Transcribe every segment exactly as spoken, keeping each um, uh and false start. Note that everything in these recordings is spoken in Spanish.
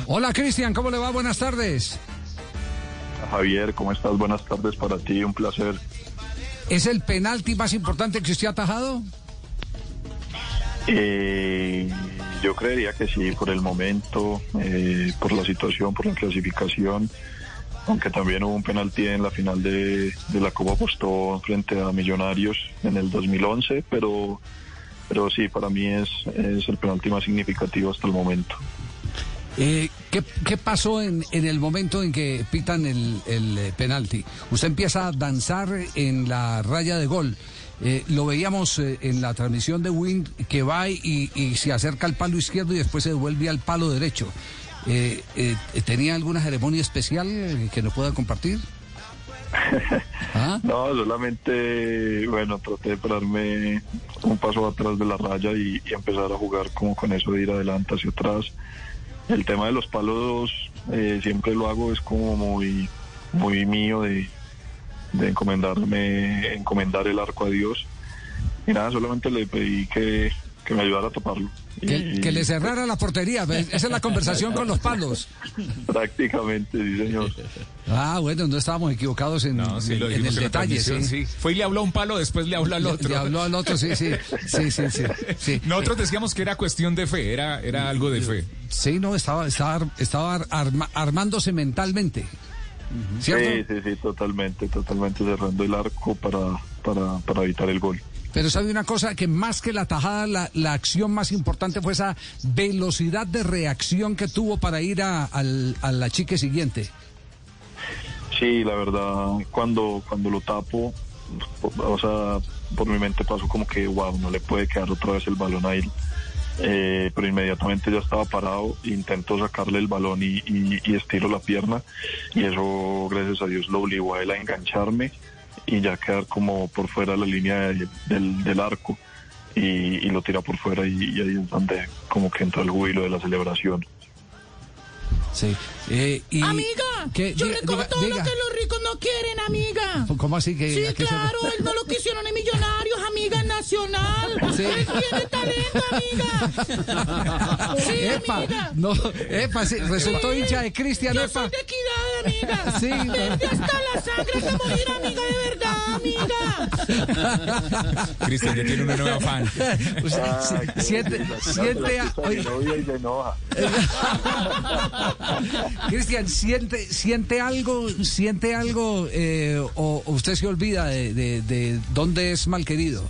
Hola Cristian, ¿cómo le va? Buenas tardes. Javier, ¿cómo estás? Buenas tardes para ti, un placer. ¿Es el penalti más importante que usted ha atajado? Eh, yo creería que sí, por el momento, eh, por la situación, por la clasificación, aunque también hubo un penalti en la final de, de la Copa Postó frente a Millonarios en el dos mil once, pero, pero sí, para mí es, es el penalti más significativo hasta el momento. Eh, ¿qué, ¿Qué pasó en, en el momento en que pitan el, el penalti? Usted empieza a danzar en la raya de gol. Eh, lo veíamos eh, en la transmisión de Win, que va y, y se acerca al palo izquierdo y después se devuelve al palo derecho. Eh, eh, ¿Tenía alguna ceremonia especial que nos pueda compartir? ¿Ah? No, solamente, bueno, traté de pararme un paso atrás de la raya y, y empezar a jugar como con eso de ir adelante hacia atrás. El tema de los palos eh, siempre lo hago, es como muy, muy mío de, de encomendarme, encomendar el arco a Dios. Y nada, solamente le pedí que, que me ayudara a taparlo. Que, y, que le cerrara la portería, esa es la conversación con los palos. Prácticamente, sí señor. Ah, bueno, no estábamos equivocados en, no, sí, en, en el en detalle. Sí. Sí. Fue y le habló a un palo, después le habló al otro. Le, le habló al otro, sí, sí, sí, sí, sí, sí. Nosotros decíamos que era cuestión de fe, era, era algo de fe. Sí, no, estaba, estaba, estaba arma, armándose mentalmente. ¿Cierto? Sí, sí, sí, totalmente, totalmente cerrando el arco para, para, para evitar el gol. Pero sabe una cosa, que más que la tajada, la, la acción más importante fue esa velocidad de reacción que tuvo para ir a, al, a la chique siguiente. Sí, la verdad, cuando, cuando lo tapo, o sea, por mi mente pasó como que, wow, no le puede quedar otra vez el balón a él. Eh, pero inmediatamente ya estaba parado, intento sacarle el balón y, y, y estiro la pierna, y eso, gracias a Dios, lo obligó a él a engancharme y ya quedar como por fuera de la línea de, del, del arco y, y lo tira por fuera y, y ahí es donde como que entra el júbilo de la celebración. Sí. Eh, y amiga, ¿qué? yo Diga, recojo diga, todo diga. lo que los ricos no quieren, amiga. ¿Cómo así que? Sí, claro, se... él no lo quisieron en Millonarios, amiga, en Nacional. Sí. Él tiene talento, amiga. Sí, epa, amiga. No, epa, sí, resultó sí. hincha de Cristian, Yo epa. soy de Equidad, amiga. Sí. Verde hasta la sangre hasta morir, amiga, de verdad, amiga. Cristian ya tiene una nueva fan. Ah, siente, siente, a... Oye. Y se enoja. Cristian, ¿siente, siente algo, siente algo eh, o, o usted se olvida de, de, de dónde es malquerido?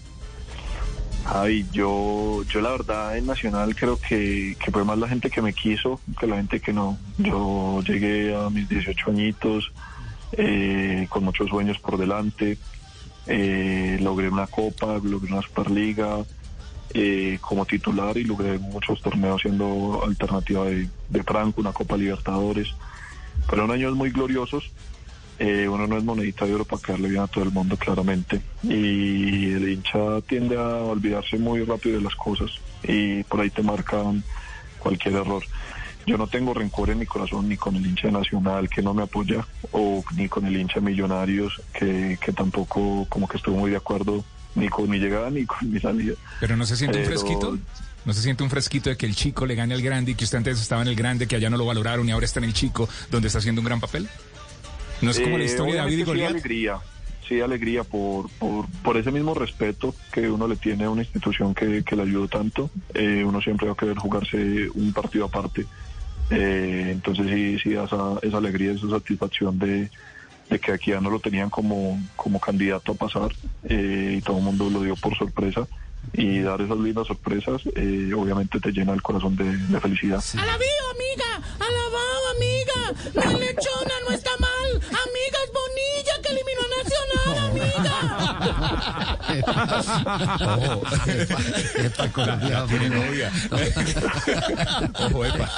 Ay, yo, yo la verdad en Nacional creo que, que fue más la gente que me quiso que la gente que no. Yo llegué a mis dieciocho añitos eh, con muchos sueños por delante, eh, logré una copa, logré una Superliga eh, como titular y logré muchos torneos siendo alternativa de, de Franco, una Copa Libertadores. Fueron años muy gloriosos. Eh, uno no es monedita de oro para quedarle bien a todo el mundo, claramente, y el hincha tiende a olvidarse muy rápido de las cosas y por ahí te marcan cualquier error. Yo no tengo rencor en mi corazón ni con el hincha Nacional que no me apoya o ni con el hincha Millonarios que, que tampoco como que estuvo muy de acuerdo ni con mi llegada ni con mi salida. Pero no se siente Pero... un fresquito. ¿No se siente un fresquito de que el chico le gane al grande y que usted antes estaba en el grande, que allá no lo valoraron y ahora está en el chico, donde está haciendo un gran papel? ¿No es como eh, la historia de David y Goliat? Sí, alegría, sí, alegría por, por, por ese mismo respeto que uno le tiene a una institución que, que le ayudó tanto. Eh, uno siempre va a querer jugarse un partido aparte. Eh, entonces sí, sí, esa, esa alegría, esa satisfacción de, de que aquí ya no lo tenían como, como candidato a pasar eh, y todo el mundo lo dio por sorpresa. Y dar esas lindas sorpresas, eh, obviamente te llena el corazón de, de felicidad. Sí. Alabío, amiga, alabado, amiga, no es lechona, no está mal, amiga, es Bonilla que eliminó a Nacional, amiga. Ojo, epa, epa, Colombia, tiene novia. Ojo, epa.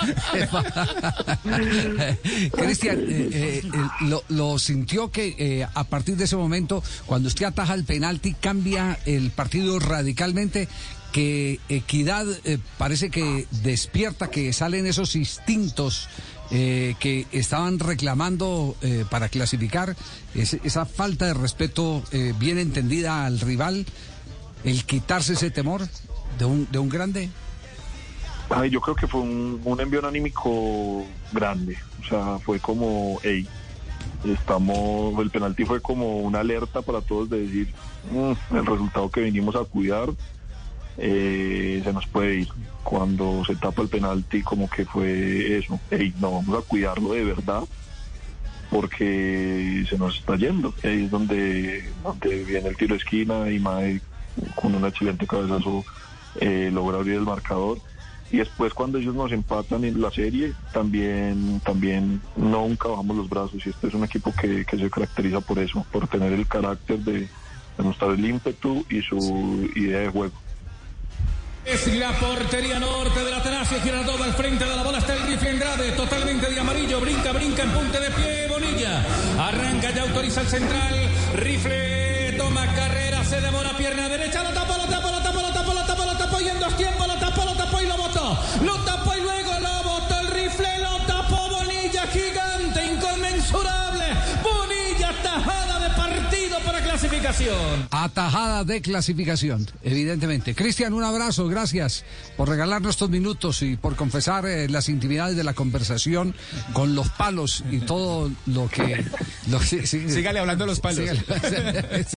epa. Cristian, eh, eh, lo, lo sintió que eh, a partir de ese momento, cuando usted ataja el penalti, cambia el partido radicalmente, que Equidad eh, parece que despierta, que salen esos instintos eh, que estaban reclamando eh, para clasificar, es, esa falta de respeto eh, bien entendida al rival, el quitarse ese temor de un, de un grande. Ay, yo creo que fue un, un envío anímico grande, o sea, fue como, hey, estamos, el penalti fue como una alerta para todos de decir, mmm, el resultado que vinimos a cuidar eh, se nos puede ir. Cuando se tapa el penalti, como que fue eso, hey, no, vamos a cuidarlo de verdad, porque se nos está yendo. Ahí es donde, donde viene el tiro de esquina y Mae con un excelente cabezazo eh, logra abrir el marcador. Y después cuando ellos nos empatan en la serie, también también nunca bajamos los brazos. Y este es un equipo que, que se caracteriza por eso, por tener el carácter de, de mostrar el ímpetu y su idea de juego. Es la portería norte de la Atanasio Girardot, al frente de la bola está el Rifle Andrade, totalmente de amarillo, brinca, brinca en punte de pie, Bonilla, arranca, ya autoriza el central, Rifle, toma carrera, se demora, pierna derecha, lo tapó, lo tapó, lo tapó, lo tapó, lo tapó, lo tapó, y en dos tiempos lo tapó, lo tapó y lo botó, lo tapó y luego lo botó el Rifle, lo tapó Bonilla, gigante, inconmensurable, Bonilla, tajada de partido para clasificación. Atajada de clasificación, evidentemente. Cristian, un abrazo, gracias por regalarnos estos minutos y por confesar eh, las intimidades de la conversación con los palos y todo lo que... Lo, sí, sí, sígale hablando de los palos. Sígale.